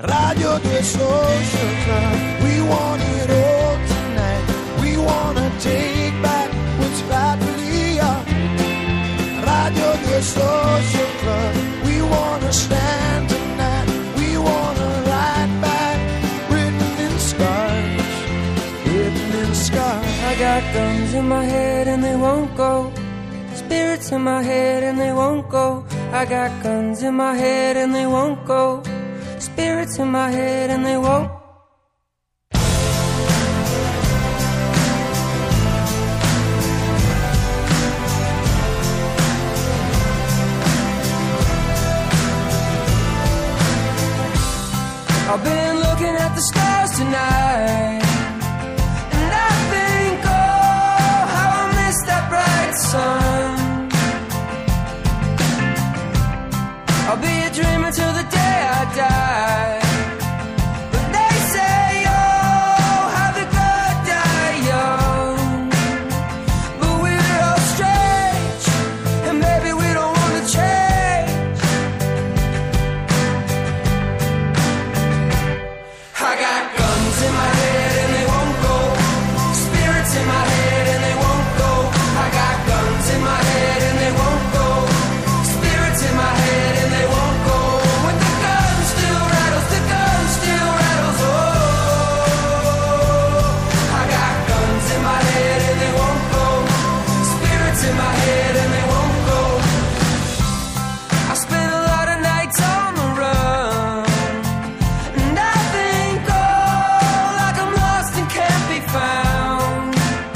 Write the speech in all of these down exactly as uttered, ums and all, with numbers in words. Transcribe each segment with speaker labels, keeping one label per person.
Speaker 1: Radio due Social Club, we want it all tonight. We wanna take back what's rightfully ours. Radio due Social Club, we wanna stand tonight. We wanna ride back, written in scars, written in scars.
Speaker 2: I got guns in my head and they won't go. Spirits in my head and they won't go. I got guns in my head and they won't go. Spirits in my head and they won't. I've been looking at the stars tonight, and I think, oh, how I miss that bright sun. I'll be a dreamer till the day I die. But they say, oh, how the good die young. But we're all strange, and maybe we don't want to change. I got guns in my head and they won't go. Spirits in my head and they won't go. I got guns in my head and they won't go. Spirits in my head and they won't go. When the gun still rattles, the gun still rattles. Oh, I got guns in my head and they won't go. Spirits in my head and they won't go. I spent a lot of nights on the run, and I think, oh, like I'm lost and can't be found.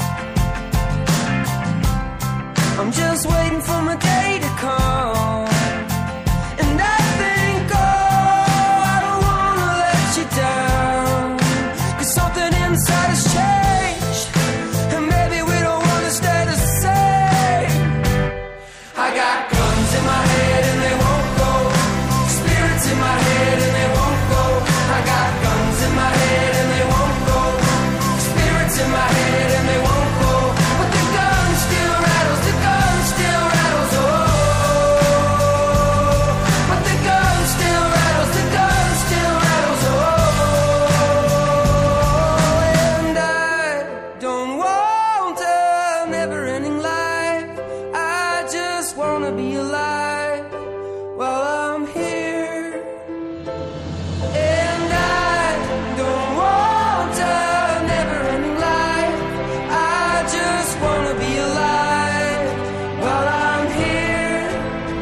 Speaker 2: I'm just waiting for my day to come, and I think, oh, I don't wanna let you down, 'cause something inside has changed, and maybe we don't wanna stay the same. I got guns in my head and they won't go. Spirits in my head and they won't go. I got guns in my head and they won't go. Spirits in my head and they won't go. But the gun still rattles, the gun still rattles. Oh, but the gun still rattles, the gun still rattles. Oh, and I don't want a never-ending life. I just wanna be alive while I'm here. And I don't want a never-ending life. I just wanna be alive while I'm here.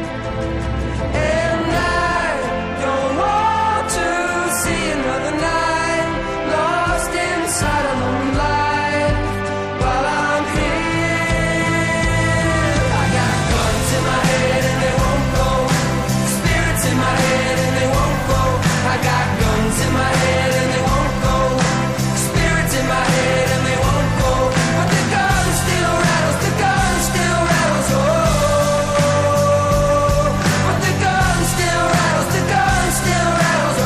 Speaker 2: And I don't want to see another night lost inside a lonely life while I'm here. I got guns in my head and they won't go. Spirits in my head and they won't go. I got guns in my head and they won't go. Spirits in my head and they won't go. But the gun still rattles, the gun still rattles. Oh, but the gun still rattles, the gun still rattles.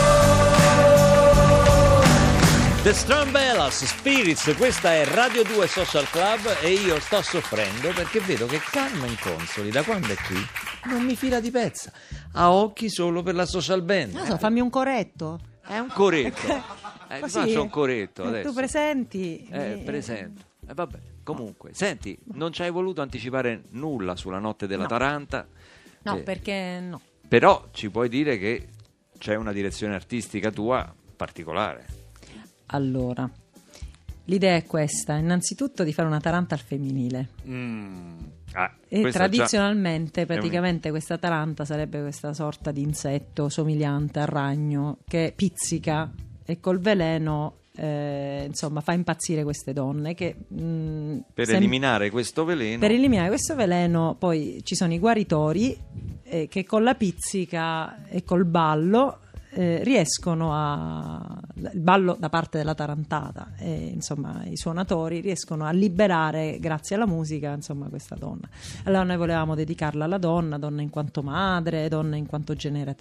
Speaker 2: Oh.
Speaker 3: The Strambelas, Spirits, questa è Radio due Social Club e io sto soffrendo perché vedo che Carmen Consoli, da quando è qui, non mi fila di pezza, ha occhi solo per la social band.
Speaker 4: Non so, fammi un corretto.
Speaker 3: È un coretto, eh, ti faccio un coretto adesso.
Speaker 4: Tu presenti?
Speaker 3: Eh,
Speaker 4: mi-
Speaker 3: presento. E vabbè, comunque, senti, non ci hai voluto anticipare nulla sulla notte della
Speaker 4: No.
Speaker 3: Taranta.
Speaker 4: No,
Speaker 3: eh,
Speaker 4: perché no.
Speaker 3: Però ci puoi dire che c'è una direzione artistica tua particolare.
Speaker 4: Allora, l'idea è questa, innanzitutto di fare una taranta al femminile.
Speaker 3: Mm. Ah,
Speaker 4: E
Speaker 3: questa
Speaker 4: tradizionalmente,
Speaker 3: già è un-
Speaker 4: praticamente, questa taranta sarebbe questa sorta di insetto somigliante al ragno che pizzica e col veleno eh, insomma fa impazzire queste donne che mh,
Speaker 3: Per
Speaker 4: sem-
Speaker 3: eliminare questo veleno.
Speaker 4: per eliminare questo veleno poi ci sono i guaritori eh, che con la pizzica e col ballo eh, riescono a il ballo da parte della tarantata e insomma i suonatori riescono a liberare grazie alla musica insomma questa donna. Allora noi volevamo dedicarla alla donna, donna in quanto madre, donna in quanto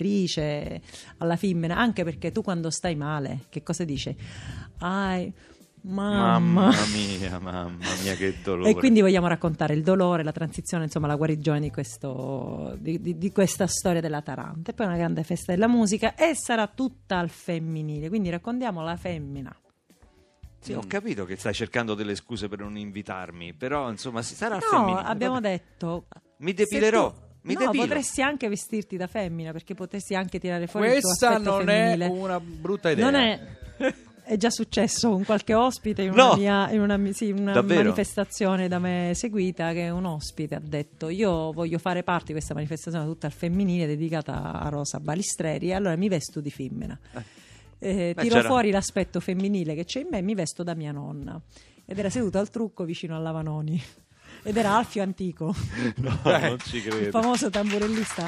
Speaker 4: generatrice, alla femmina, anche perché tu quando stai male che cosa dici? I Mamma.
Speaker 3: Mamma mia, mamma mia, che dolore.
Speaker 4: E quindi vogliamo raccontare il dolore, la transizione, insomma la guarigione di, questo, di, di, di questa storia della Taranta. E poi una grande festa della musica e sarà tutta al femminile, quindi raccontiamo la femmina.
Speaker 3: Sì, ho capito che stai cercando delle scuse per non invitarmi, però insomma si sarà
Speaker 4: No,
Speaker 3: femminile.
Speaker 4: abbiamo
Speaker 3: Vabbè.
Speaker 4: detto...
Speaker 3: Mi depilerò.
Speaker 4: se tu-
Speaker 3: Mi
Speaker 4: no,
Speaker 3: depilo.
Speaker 4: potresti anche vestirti da femmina, perché potresti anche tirare fuori il tuo
Speaker 5: Questa
Speaker 4: aspetto
Speaker 5: non
Speaker 4: femminile.
Speaker 5: è una brutta idea.
Speaker 4: Non è... È già successo con qualche ospite in una,
Speaker 3: No!
Speaker 4: mia, in una, sì, una
Speaker 3: Davvero?
Speaker 4: manifestazione da me seguita, che un ospite ha detto: io voglio fare parte di questa manifestazione tutta al femminile dedicata a Rosa Balistreri, e allora mi vesto di femmina. Eh,
Speaker 3: Beh,
Speaker 4: tiro
Speaker 3: c'era-
Speaker 4: fuori l'aspetto femminile che c'è in me e mi vesto da mia nonna. Ed era seduto al trucco vicino a Lavanoni. Ed era Alfio Antico,
Speaker 3: No, non ci
Speaker 4: il
Speaker 3: credo.
Speaker 4: famoso tamburellista.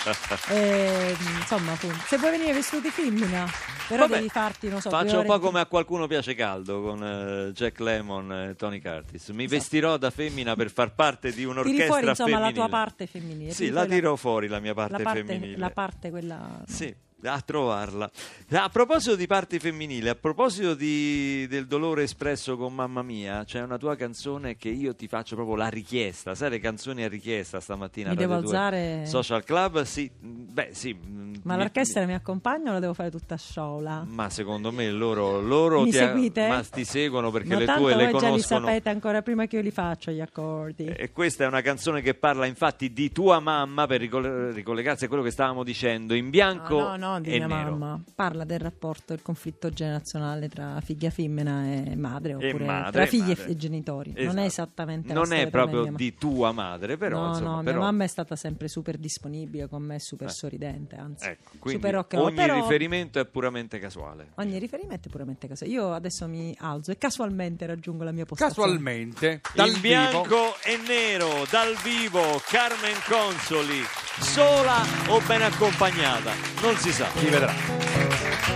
Speaker 4: E, insomma, fu- se vuoi venire vestito di femmina, però
Speaker 3: Vabbè,
Speaker 4: devi farti, non so, due
Speaker 3: faccio un
Speaker 4: ore
Speaker 3: po'
Speaker 4: di-
Speaker 3: come a qualcuno piace caldo con eh, Jack Lemmon e Tony Curtis. Mi vestirò da femmina per far parte di un'orchestra
Speaker 4: Tiri fuori, insomma,
Speaker 3: femminile.
Speaker 4: la tua parte femminile.
Speaker 3: Sì,
Speaker 4: Tiri
Speaker 3: la
Speaker 4: fuori
Speaker 3: tiro fuori la mia parte,
Speaker 4: la parte,
Speaker 3: femminile.
Speaker 4: la parte quella... no.
Speaker 3: Sì, a trovarla. A proposito di parti femminili, a proposito di, del dolore espresso con Mamma Mia, c'è una tua canzone che io ti faccio proprio la richiesta. Sai le canzoni a richiesta stamattina?
Speaker 4: Mi
Speaker 3: a Radio
Speaker 4: devo
Speaker 3: due
Speaker 4: alzare?
Speaker 3: Social Club? Sì, beh sì.
Speaker 4: Ma
Speaker 3: mi-
Speaker 4: l'orchestra mi accompagna o la devo fare tutta sola?
Speaker 3: Ma secondo me loro, loro
Speaker 4: Mi
Speaker 3: ti,
Speaker 4: seguite?
Speaker 3: ma ti seguono perché
Speaker 4: Ma
Speaker 3: le
Speaker 4: tanto
Speaker 3: tue le
Speaker 4: voi già li
Speaker 3: conoscono.
Speaker 4: sapete ancora prima che io li faccio gli accordi.
Speaker 3: E questa è una canzone che parla infatti di tua mamma, per ricoll- ricollegarsi a quello che stavamo dicendo, in bianco
Speaker 4: No, no, no, di
Speaker 3: e
Speaker 4: mia
Speaker 3: nero.
Speaker 4: mamma. Parla del rapporto, il conflitto generazionale tra figlia femmina e madre,
Speaker 3: E
Speaker 4: oppure
Speaker 3: madre,
Speaker 4: tra figli
Speaker 3: madre.
Speaker 4: e genitori. Non
Speaker 3: Esatto.
Speaker 4: è esattamente la
Speaker 3: Non
Speaker 4: storia
Speaker 3: è
Speaker 4: tra me e
Speaker 3: proprio
Speaker 4: mia ma-
Speaker 3: di tua madre, però
Speaker 4: no,
Speaker 3: insomma,
Speaker 4: no,
Speaker 3: però-
Speaker 4: mia mamma è stata sempre super disponibile con me, super
Speaker 3: Eh.
Speaker 4: sorridente, anzi,
Speaker 3: Ecco, quindi
Speaker 4: super rock and roll,
Speaker 3: ogni
Speaker 4: però
Speaker 3: riferimento è puramente casuale.
Speaker 4: ogni riferimento è puramente casuale. Io adesso mi alzo e casualmente raggiungo la mia postazione.
Speaker 5: Casualmente, dal
Speaker 3: in
Speaker 5: vivo.
Speaker 3: bianco e nero, dal vivo, Carmen Consoli, sola o ben accompagnata, non si sa.
Speaker 5: Si vedrà.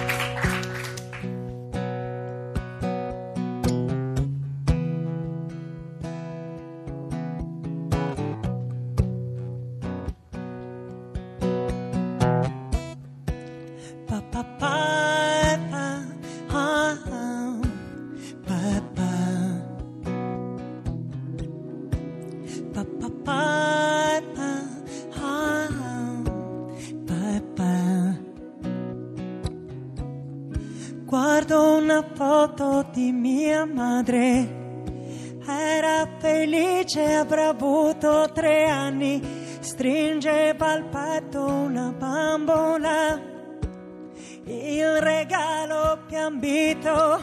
Speaker 1: Pa, pa, pa, pa, ah, ah, pa, pa. Pa, pa, pa, pa, ah, ah, pa, pa. Guardo una foto di mia madre, era felice, avrà avuto tre anni, stringeva al petto una bambola, il regalo più ambito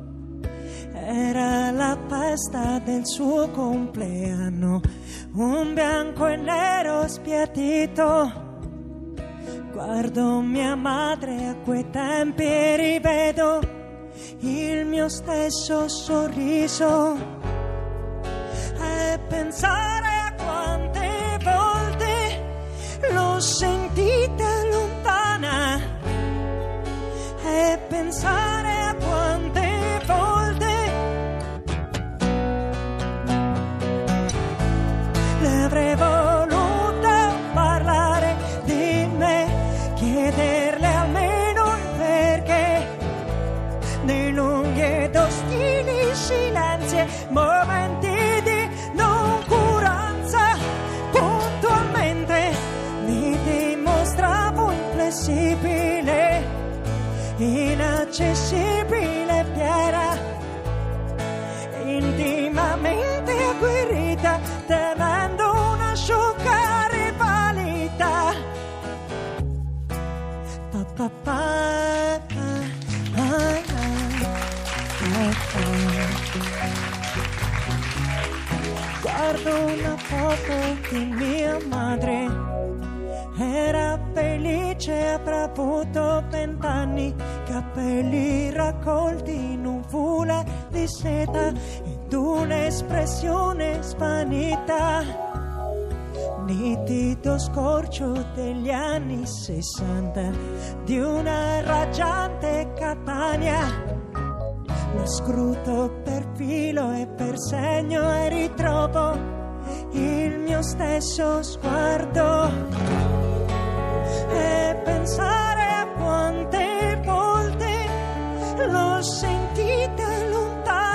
Speaker 1: era la festa del suo compleanno, un bianco e nero spiattito. Guardo mia madre a quei tempi e rivedo il mio stesso sorriso, e pensare a quante volte l'ho sentita lontana, e pensare a quante volte le avrei voluto parlare di me, chiederle almeno il perché dei lunghi ed ostili silenzi e momenti di noncuranza. Puntualmente mi dimostravo inflessibile, inaccessibile, fiera, intimamente agguerrita, temendo una sciocca rivalità. Pa, pa, pa, pa, ah, ah, ah. Guardo una foto di mia madre, era felice, avrà avuto vent'anni, capelli raccolti in un foulard di seta ed un'espressione svanita, nitido scorcio degli anni sessanta di una raggiante Catania. Lo scruto per filo e per segno e ritrovo il mio stesso sguardo, e pensare a quante volte l'ho sentita lontana,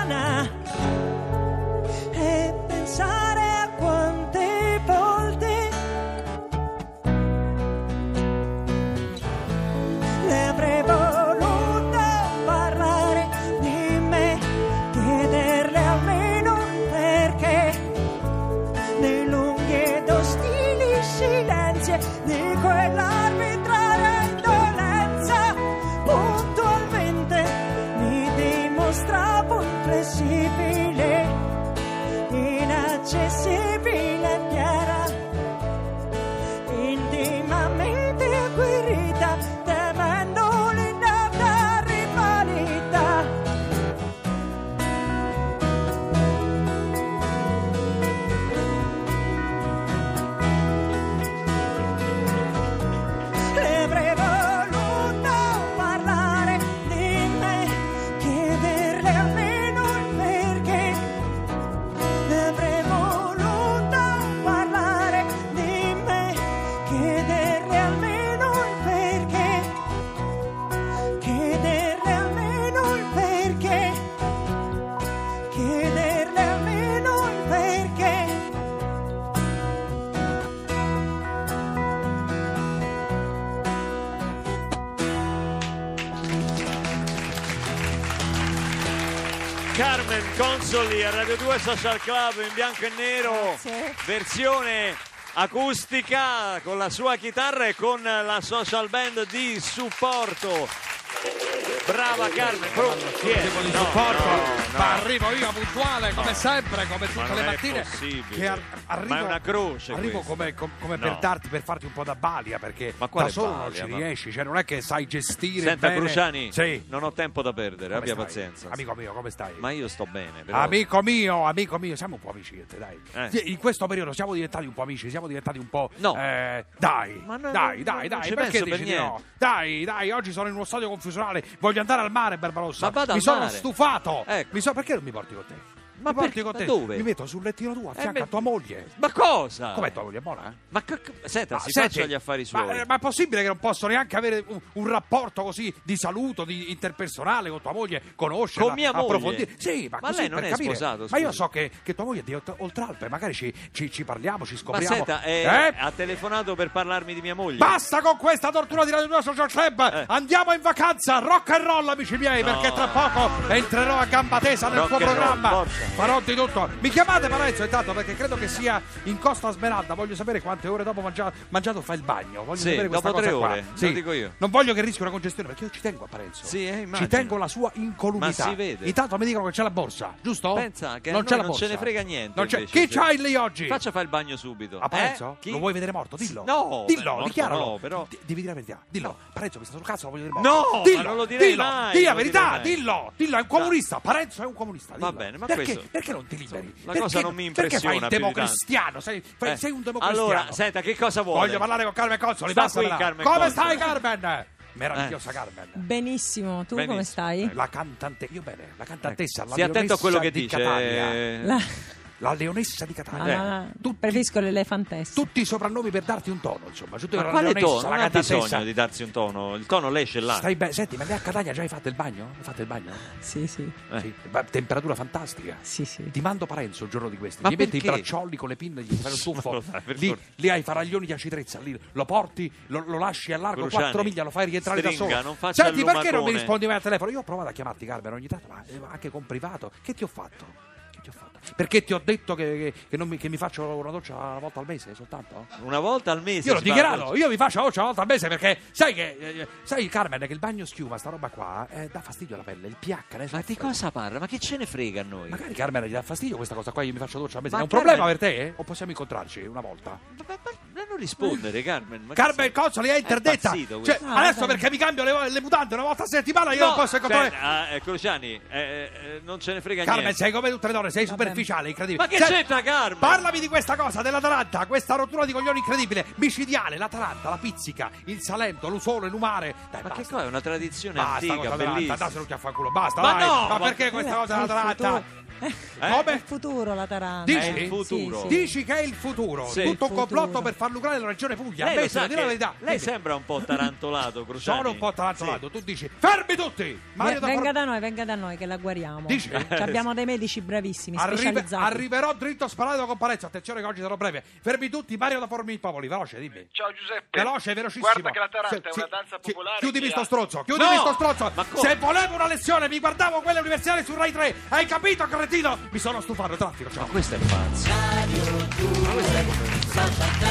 Speaker 3: Carmen Consoli a Radio due Social Club in bianco e nero,
Speaker 4: Grazie.
Speaker 3: versione acustica con la sua chitarra e con la social band di supporto. Brava Carmen, però chi è?
Speaker 5: tipo di
Speaker 3: No,
Speaker 5: supporto,
Speaker 3: no,
Speaker 5: ma
Speaker 3: no.
Speaker 5: arrivo io puntuale come sempre, come tutte
Speaker 3: Ma non
Speaker 5: le
Speaker 3: è
Speaker 5: mattine.
Speaker 3: possibile.
Speaker 5: Che ar- arrivo,
Speaker 3: Ma è una croce
Speaker 5: Arrivo
Speaker 3: questa.
Speaker 5: come, com- come
Speaker 3: No.
Speaker 5: per darti, per farti un po' da balia, perché
Speaker 3: Ma quale
Speaker 5: da solo
Speaker 3: balia,
Speaker 5: non ci
Speaker 3: ma-
Speaker 5: riesci, cioè non è che sai gestire
Speaker 3: Senta
Speaker 5: bene.
Speaker 3: Cruciani,
Speaker 5: Sì.
Speaker 3: non ho tempo da perdere,
Speaker 5: Come
Speaker 3: abbia
Speaker 5: stai?
Speaker 3: pazienza.
Speaker 5: Amico mio, come stai?
Speaker 3: Ma io sto bene, però.
Speaker 5: Amico mio, amico mio, siamo un po' amici io e te, dai.
Speaker 3: Eh.
Speaker 5: Sì, in questo periodo siamo diventati un po' amici, siamo diventati un po'.
Speaker 3: No.
Speaker 5: eh, dai,
Speaker 3: Ma no,
Speaker 5: dai,
Speaker 3: no,
Speaker 5: dai,
Speaker 3: non
Speaker 5: dai,
Speaker 3: ci
Speaker 5: perché
Speaker 3: penso per
Speaker 5: dici di no?
Speaker 3: niente.
Speaker 5: Dai, dai, oggi sono in uno stadio confusionale, voglio andare al mare, Barbarossa.
Speaker 3: Ma vada
Speaker 5: mi
Speaker 3: al
Speaker 5: sono
Speaker 3: mare.
Speaker 5: stufato.
Speaker 3: Ecco.
Speaker 5: Mi so, perché non mi porti con te?
Speaker 3: Ma
Speaker 5: mi porti
Speaker 3: per-
Speaker 5: con
Speaker 3: ma
Speaker 5: te?
Speaker 3: dove?
Speaker 5: Mi metto sul lettino tuo a
Speaker 3: Eh,
Speaker 5: fianco
Speaker 3: beh-
Speaker 5: a tua moglie.
Speaker 3: Ma cosa?
Speaker 5: Com'è tua moglie? Buona?
Speaker 3: Ma che- senta,
Speaker 5: Ah,
Speaker 3: si
Speaker 5: senti,
Speaker 3: faccia gli affari suoi.
Speaker 5: Ma, eh, ma è possibile che non posso neanche avere un, un rapporto così di saluto, di interpersonale con tua moglie, conoscerla,
Speaker 3: Con mia moglie?
Speaker 5: approfondire? Sì, ma,
Speaker 3: Ma
Speaker 5: così
Speaker 3: lei non
Speaker 5: per
Speaker 3: è
Speaker 5: capire.
Speaker 3: sposato,
Speaker 5: Ma io
Speaker 3: scusi.
Speaker 5: so che, che tua moglie è di Olt- Oltralpe, magari ci, ci, ci parliamo, ci
Speaker 3: Ma
Speaker 5: scopriamo.
Speaker 3: senta, eh,
Speaker 5: Eh?
Speaker 3: ha telefonato per parlarmi di mia moglie?
Speaker 5: Basta con questa tortura di Radio due Social Club!
Speaker 3: Eh.
Speaker 5: Andiamo in vacanza, rock and roll, amici miei,
Speaker 3: No.
Speaker 5: perché tra poco entrerò a gamba tesa nel
Speaker 3: Rock
Speaker 5: tuo
Speaker 3: and roll,
Speaker 5: programma.
Speaker 3: forza.
Speaker 5: Farò di tutto. Mi chiamate Parenzo intanto perché credo che sia in Costa Smeralda. Voglio sapere quante ore dopo mangia- mangiato fa il bagno. Voglio
Speaker 3: Sì,
Speaker 5: sapere questa
Speaker 3: dopo
Speaker 5: cosa
Speaker 3: tre
Speaker 5: qua.
Speaker 3: ore,
Speaker 5: Sì.
Speaker 3: lo dico io.
Speaker 5: Non voglio che rischi una congestione perché io ci tengo a Parenzo.
Speaker 3: Sì, eh, immagino.
Speaker 5: Ci tengo la sua incolumità.
Speaker 3: Ma si vede.
Speaker 5: Intanto mi dicono che c'è la borsa, giusto?
Speaker 3: Pensa che a
Speaker 5: non
Speaker 3: noi
Speaker 5: c'è la
Speaker 3: non
Speaker 5: borsa.
Speaker 3: ce ne frega niente,
Speaker 5: Non c'è-
Speaker 3: invece,
Speaker 5: Chi
Speaker 3: sì.
Speaker 5: c'hai lì oggi?
Speaker 3: Faccia fare il bagno subito.
Speaker 5: A Parenzo?
Speaker 3: Eh? Chi?
Speaker 5: Lo vuoi vedere morto? Dillo.
Speaker 3: No,
Speaker 5: dillo,
Speaker 3: beh, morto
Speaker 5: dichiaralo.
Speaker 3: no, però-
Speaker 5: Di- devi dire la verità. Dillo.
Speaker 3: No.
Speaker 5: Parenzo mi sta sul cazzo, lo voglio vedere
Speaker 3: No,
Speaker 5: morto.
Speaker 3: ma
Speaker 5: dillo,
Speaker 3: non lo direi
Speaker 5: dillo,
Speaker 3: mai,
Speaker 5: Dì la
Speaker 3: non lo
Speaker 5: verità,
Speaker 3: direi mai.
Speaker 5: dillo. Dillo, è un comunista. Parenzo è un comunista.
Speaker 3: Va
Speaker 5: dillo.
Speaker 3: bene, ma
Speaker 5: perché,
Speaker 3: questo-
Speaker 5: perché non ti liberi?
Speaker 3: La
Speaker 5: Perché-
Speaker 3: cosa non mi
Speaker 5: Perché fai
Speaker 3: impressiona
Speaker 5: il
Speaker 3: più di
Speaker 5: democristiano? Sei, fai-
Speaker 3: Eh,
Speaker 5: sei un democristiano.
Speaker 3: Allora, senta, che cosa vuole?
Speaker 5: Voglio parlare con Carmen Consoli.
Speaker 3: Sta
Speaker 5: passamela.
Speaker 3: qui, Carmen
Speaker 5: Come
Speaker 3: Consoli.
Speaker 5: stai, Carmen? Meravigliosa Carmen.
Speaker 4: Benissimo, tu
Speaker 3: Benissimo.
Speaker 4: come stai?
Speaker 5: La cantante, io bene, la cantantessa, la
Speaker 3: Stia attento a quello che
Speaker 5: leonessa
Speaker 3: dice.
Speaker 5: di Catania.
Speaker 3: eh.
Speaker 4: La-
Speaker 5: La leonessa di Catania.
Speaker 4: Ah,
Speaker 5: Tutti-
Speaker 4: preferisco l'elefantessa.
Speaker 5: Tutti i soprannomi per darti un tono, insomma. Giusto che
Speaker 3: Ma
Speaker 5: la
Speaker 3: quale
Speaker 5: leonessa,
Speaker 3: tono?
Speaker 5: la
Speaker 3: Non ha
Speaker 5: cantantessa.
Speaker 3: bisogno di darsi un tono. Il tono lei ce l'ha.
Speaker 5: Stai bene, senti, ma lei a Catania già hai fatto il bagno? Hai fatto il bagno?
Speaker 4: Sì, sì,
Speaker 3: Eh.
Speaker 5: Sì. Ma temperatura fantastica.
Speaker 4: sì, sì.
Speaker 5: Ti mando Parenzo il giorno di questi.
Speaker 3: Ma
Speaker 5: Gli metti i
Speaker 3: perché?
Speaker 5: braccioli con le pinne, gli fai lo tuffo.
Speaker 3: Ma lo fai, per
Speaker 5: lì,
Speaker 3: forza.
Speaker 5: lì hai i faraglioni di acitrezza. Lì lo porti, lo, lo lasci a largo
Speaker 3: Cruciani,
Speaker 5: quattro miglia, lo fai rientrare da
Speaker 3: stringa,
Speaker 5: solo.
Speaker 3: non faccia
Speaker 5: Senti,
Speaker 3: il
Speaker 5: perché non mi
Speaker 3: lumacone.
Speaker 5: rispondi mai al telefono? Io ho provato a chiamarti, Carmen, ogni tanto, ma eh, anche con privato. Che ti ho fatto? Che ti ho fatto? Perché ti ho detto che, che, che non mi, che mi faccio una doccia una volta al mese soltanto?
Speaker 3: Una volta al mese.
Speaker 5: Io l'ho
Speaker 3: si fa-
Speaker 5: dichiarato, io mi faccio la doccia una volta al mese perché sai che eh, sai Carmen che il bagno schiuma, sta roba qua, eh, dà fastidio alla pelle, il pH ne
Speaker 3: Ma
Speaker 5: soffre.
Speaker 3: di cosa parla? Ma che ce ne frega a noi?
Speaker 5: Magari Carmen gli dà fastidio questa cosa qua, io mi faccio la doccia al mese.
Speaker 3: Ma
Speaker 5: È un
Speaker 3: Carmen-
Speaker 5: problema per te? eh? O possiamo incontrarci una volta?
Speaker 3: Ma, ma- ma- ma non rispondere, Carmen. Ma che
Speaker 5: Carmen
Speaker 3: sei-
Speaker 5: Consoli è interdetta.
Speaker 3: impazzito
Speaker 5: Cioè,
Speaker 3: questo.
Speaker 4: No,
Speaker 5: adesso
Speaker 4: vabbè.
Speaker 5: perché mi cambio le, le mutande una volta a settimana io
Speaker 3: No,
Speaker 5: non posso incontrare.
Speaker 3: cioè, ah, eh, Cruciani, eh, eh, non ce ne frega
Speaker 5: Carmen,
Speaker 3: niente.
Speaker 5: sei come tutte le donne, sei
Speaker 4: Vabbè.
Speaker 5: superficiale, incredibile.
Speaker 3: Ma che
Speaker 5: Senti,
Speaker 3: c'entra, Carmen?
Speaker 5: Parlami di questa cosa, dell'Atalanta, questa rottura di coglioni incredibile, micidiale, l'Atalanta, la pizzica, il Salento, l'Usolo, il Lumare. Dai,
Speaker 3: Ma
Speaker 5: basta.
Speaker 3: che qua è una tradizione
Speaker 5: Basta
Speaker 3: antica,
Speaker 5: con l'Atalanta,
Speaker 3: bellissima.
Speaker 5: andassero tutti a fanculo, basta,
Speaker 3: Ma
Speaker 5: dai.
Speaker 3: no,
Speaker 5: ma
Speaker 3: ma-
Speaker 5: perché questa cosa
Speaker 4: È il
Speaker 5: dell'Atalanta?
Speaker 4: futuro.
Speaker 3: Eh?
Speaker 4: È il futuro l'Atalanta.
Speaker 5: Dici?
Speaker 3: È il futuro.
Speaker 4: Sì, sì.
Speaker 5: Dici che è il futuro,
Speaker 3: Sì.
Speaker 5: tutto un
Speaker 4: Il
Speaker 5: complotto
Speaker 4: futuro.
Speaker 5: per far lucrare la regione Puglia.
Speaker 3: Lei lo
Speaker 5: Ammettilo,
Speaker 3: sa
Speaker 5: di la
Speaker 3: che
Speaker 5: verità.
Speaker 3: lei
Speaker 5: Dimmi.
Speaker 3: sembra un po' tarantolato, Cruciani.
Speaker 5: Sono un po' tarantolato,
Speaker 3: Sì.
Speaker 5: tu dici fermi tutti! Mario da
Speaker 4: venga
Speaker 5: For-
Speaker 4: da noi, venga da noi che la guariamo.
Speaker 5: Dici?
Speaker 4: Ci abbiamo dei medici bravissimi,
Speaker 5: Arrive-
Speaker 4: specializzati.
Speaker 5: arriverò dritto sparato con Parenzo. Attenzione che oggi sarò breve. Fermi tutti, Mario da Formi il Popoli. Veloce, dimmi.
Speaker 6: Ciao Giuseppe.
Speaker 5: Veloce, velocissimo.
Speaker 6: Guarda che l'Atalanta
Speaker 5: Sì,
Speaker 6: è
Speaker 5: sì,
Speaker 6: una danza
Speaker 5: sì.
Speaker 6: popolare.
Speaker 5: Chiudimi
Speaker 6: che
Speaker 5: sto
Speaker 6: ha-
Speaker 5: stronzo, chiudimi
Speaker 3: No!
Speaker 5: sto stronzo.
Speaker 3: Ma come?
Speaker 5: Se volevo una lezione mi guardavo quelle universitarie su Rai tre. Hai capito, cretino? Mi sono stufato, traffico, ciao.
Speaker 3: Ma questo è pazzo. Ma questo è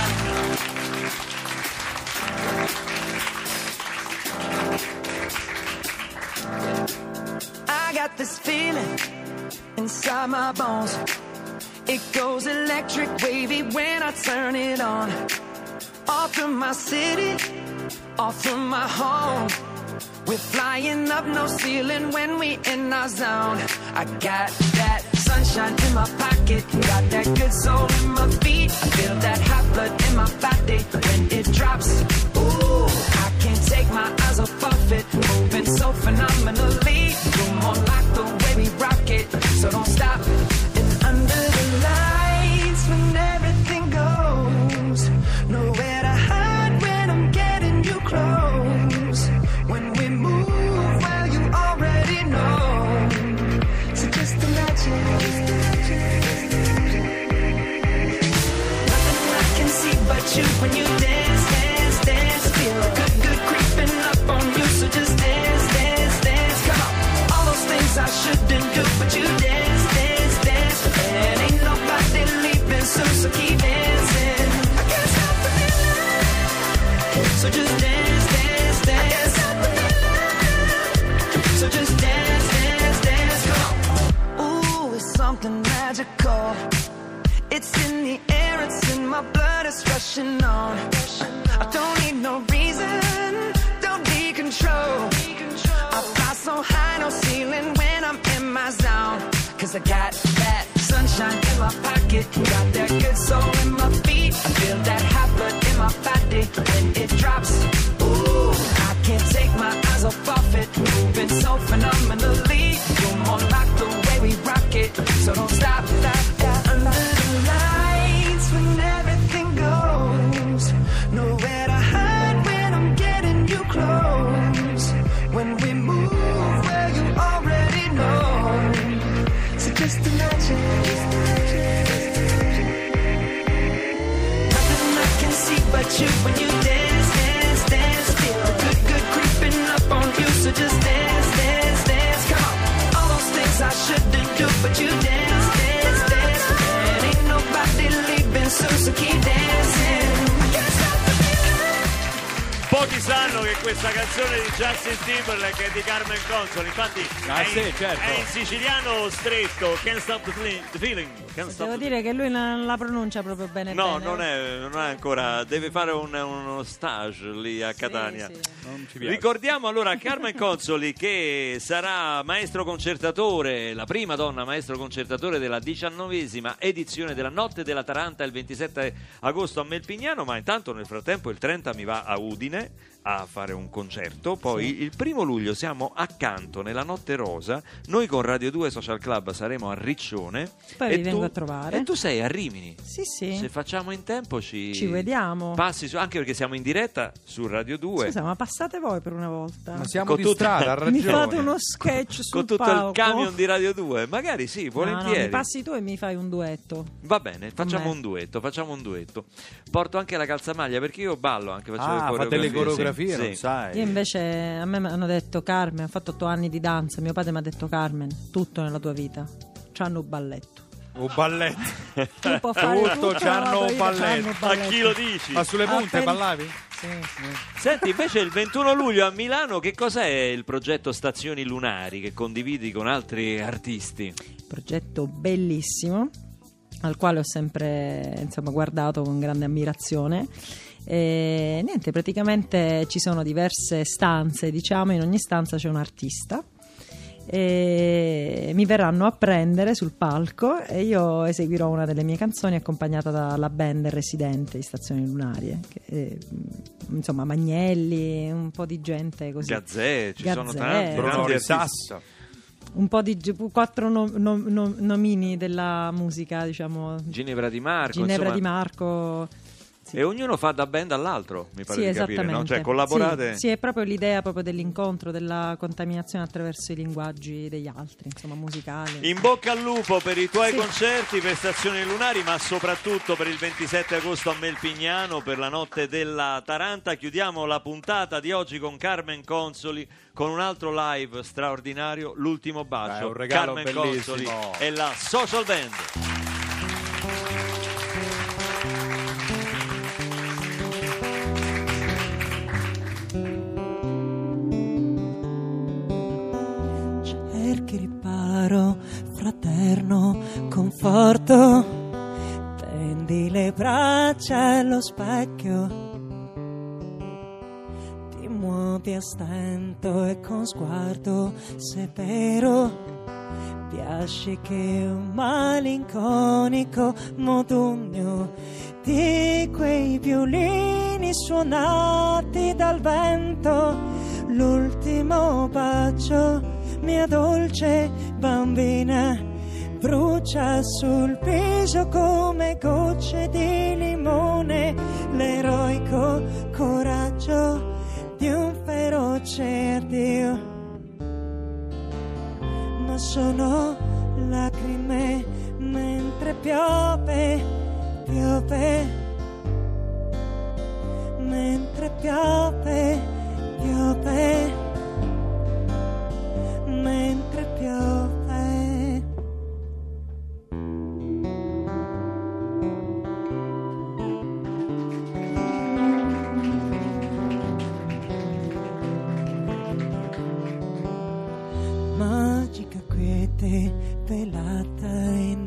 Speaker 2: I got this feeling inside my bones. It goes electric wavy when I turn it on. Off from my city, off from my home. We're flying up no ceiling when we in our zone. I got that sunshine in my pocket, got that good soul in my feet. I feel that hot blood in my body when it drops. Ooh, I can't take my eyes off of it, moving so phenomenally. You're more like the way we rock it, so don't stop. And under the lights when everything goes, nowhere to hide when I'm getting you close. When we move, well, you already know. So just imagine. Nothing I can see but you when you dance, dance, dance. Feel good, good creeping up on you. So just dance, dance, dance. Come on. All those things I shouldn't do, but you dance. chemical. It's in the air, it's in my blood, it's rushing on. I don't need no reason, don't need control. I fly so high, no ceiling when I'm in my zone. Cause I got that sunshine in my pocket, got that good soul in my feet. I feel that hot blood in my body when it drops. Ooh, I can't take my eyes off of it, moving so phenomenally. You're more like the way we rock it, so don't stop, stop, stop. Under the lights when everything goes, nowhere to hide when I'm getting you close. When we move where you already know, so just imagine. Nothing I can see but you when you dance, dance, dance. Feel a good, good creeping up on you, so just dance, dance, dance. Come on, all those things I shouldn't do, but you dance, dance, dance. And ain't nobody leaving soon, so keep dancing. I can't stop the feeling.
Speaker 3: Pochi sanno che questa canzone di Justin Timberlake è di Carmen Consoli, infatti
Speaker 5: Ah,
Speaker 3: è,
Speaker 5: sì,
Speaker 3: in,
Speaker 5: certo.
Speaker 3: è in siciliano stretto. Can't stop the feeling, the feeling. Can't stop
Speaker 4: Devo
Speaker 3: the-
Speaker 4: dire che lui non la pronuncia proprio bene.
Speaker 3: No,
Speaker 4: bene.
Speaker 3: non è, non è ancora, deve fare un- uno stage lì a
Speaker 4: Sì,
Speaker 3: Catania.
Speaker 4: sì.
Speaker 5: Non ci piace.
Speaker 3: Ricordiamo allora Carmen Consoli, che sarà maestro concertatore, la prima donna maestro concertatore della diciannovesima edizione della Notte della Taranta il ventisette agosto a Melpignano, ma intanto nel frattempo il trenta mi va a Udine a fare un concerto, poi
Speaker 4: Sì.
Speaker 3: il primo luglio siamo accanto nella Notte Rosa, noi con Radio due Social Club saremo a Riccione.
Speaker 4: Poi
Speaker 3: e
Speaker 4: vi
Speaker 3: tu-
Speaker 4: vengo a trovare.
Speaker 3: E tu sei a Rimini.
Speaker 4: Sì, sì.
Speaker 3: Se facciamo in tempo ci,
Speaker 4: Ci vediamo.
Speaker 3: passi su, anche perché siamo in diretta su Radio due.
Speaker 4: Scusa, ma passate voi per una volta?
Speaker 5: Ma siamo
Speaker 3: Con
Speaker 5: di
Speaker 3: tutte-
Speaker 5: strada, ha
Speaker 4: Mi
Speaker 5: ragione.
Speaker 4: fate uno sketch sul
Speaker 3: con tutto
Speaker 4: palco?
Speaker 3: il camion di Radio due, magari sì,
Speaker 4: No,
Speaker 3: volentieri.
Speaker 4: no, mi passi tu e mi fai un duetto.
Speaker 3: Va bene, facciamo
Speaker 4: me.
Speaker 3: un duetto, facciamo un duetto. Porto anche la calzamaglia perché io ballo anche, faccio
Speaker 5: Ah,
Speaker 3: le
Speaker 5: fa delle coreografie,
Speaker 3: sì,
Speaker 5: non
Speaker 3: sì.
Speaker 5: sai.
Speaker 4: Io invece, a me mi hanno detto Carmen, ho fatto otto anni di danza, mio padre mi ha detto Carmen, tutto nella tua vita c'hanno un balletto.
Speaker 5: Un balletto.
Speaker 4: Tu puoi fare
Speaker 5: Tutto
Speaker 4: tutto
Speaker 5: c'hanno
Speaker 4: nella tua
Speaker 5: un
Speaker 4: vita,
Speaker 5: balletto.
Speaker 4: c'hanno un
Speaker 3: A chi lo
Speaker 4: balletto.
Speaker 3: dici?
Speaker 5: Ma sulle punte
Speaker 4: Appena-
Speaker 5: ballavi?
Speaker 4: Sì, sì.
Speaker 3: Senti, invece il ventuno luglio a Milano che cos'è il progetto Stazioni Lunari che condividi con altri artisti?
Speaker 4: Progetto bellissimo al quale ho sempre insomma guardato con grande ammirazione. E niente, praticamente ci sono diverse stanze, diciamo, in ogni stanza c'è un artista e mi verranno a prendere sul palco e io eseguirò una delle mie canzoni accompagnata dalla band residente di Stazioni Lunarie, che, eh, insomma Magnelli, un po' di gente così.
Speaker 3: Gazzè, ci sono
Speaker 4: Gazzè.
Speaker 3: tanti,
Speaker 5: Bruno
Speaker 3: tanti artisti.
Speaker 5: Risassa.
Speaker 4: Un po' di gi- quattro no- no- no- nomini della musica, diciamo.
Speaker 3: Ginevra Di Marco,
Speaker 4: Ginevra
Speaker 3: insomma,
Speaker 4: Di Marco. Sì.
Speaker 3: e ognuno fa da band all'altro, mi pare
Speaker 4: Sì,
Speaker 3: di capire, no?
Speaker 4: esattamente.
Speaker 3: Cioè collaborate.
Speaker 4: Sì, sì, è proprio l'idea proprio dell'incontro, della contaminazione attraverso i linguaggi degli altri, insomma, musicali.
Speaker 3: In bocca al lupo per i tuoi
Speaker 4: Sì.
Speaker 3: concerti, per Stazioni Lunari, ma soprattutto per il ventisette agosto a Melpignano, per la Notte della Taranta. Chiudiamo la puntata di oggi con Carmen Consoli, con un altro live straordinario, L'ultimo bacio.
Speaker 5: Dai, un regalo
Speaker 3: Carmen
Speaker 5: bellissimo.
Speaker 3: Consoli e la Social Band.
Speaker 4: Cerchi riparo, fraterno, conforto, tendi le braccia allo specchio, ti muovi a stento e con sguardo severo, piace che un malinconico modugno di quei violini suonati dal vento, l'ultimo bacio, mia dolce bambina, brucia sul viso come gocce di limone, l'eroico coraggio di un feroce addio. Ma sono lacrime mentre piove, piove, mentre piove, piove, mentre piove. Magica quiete velata in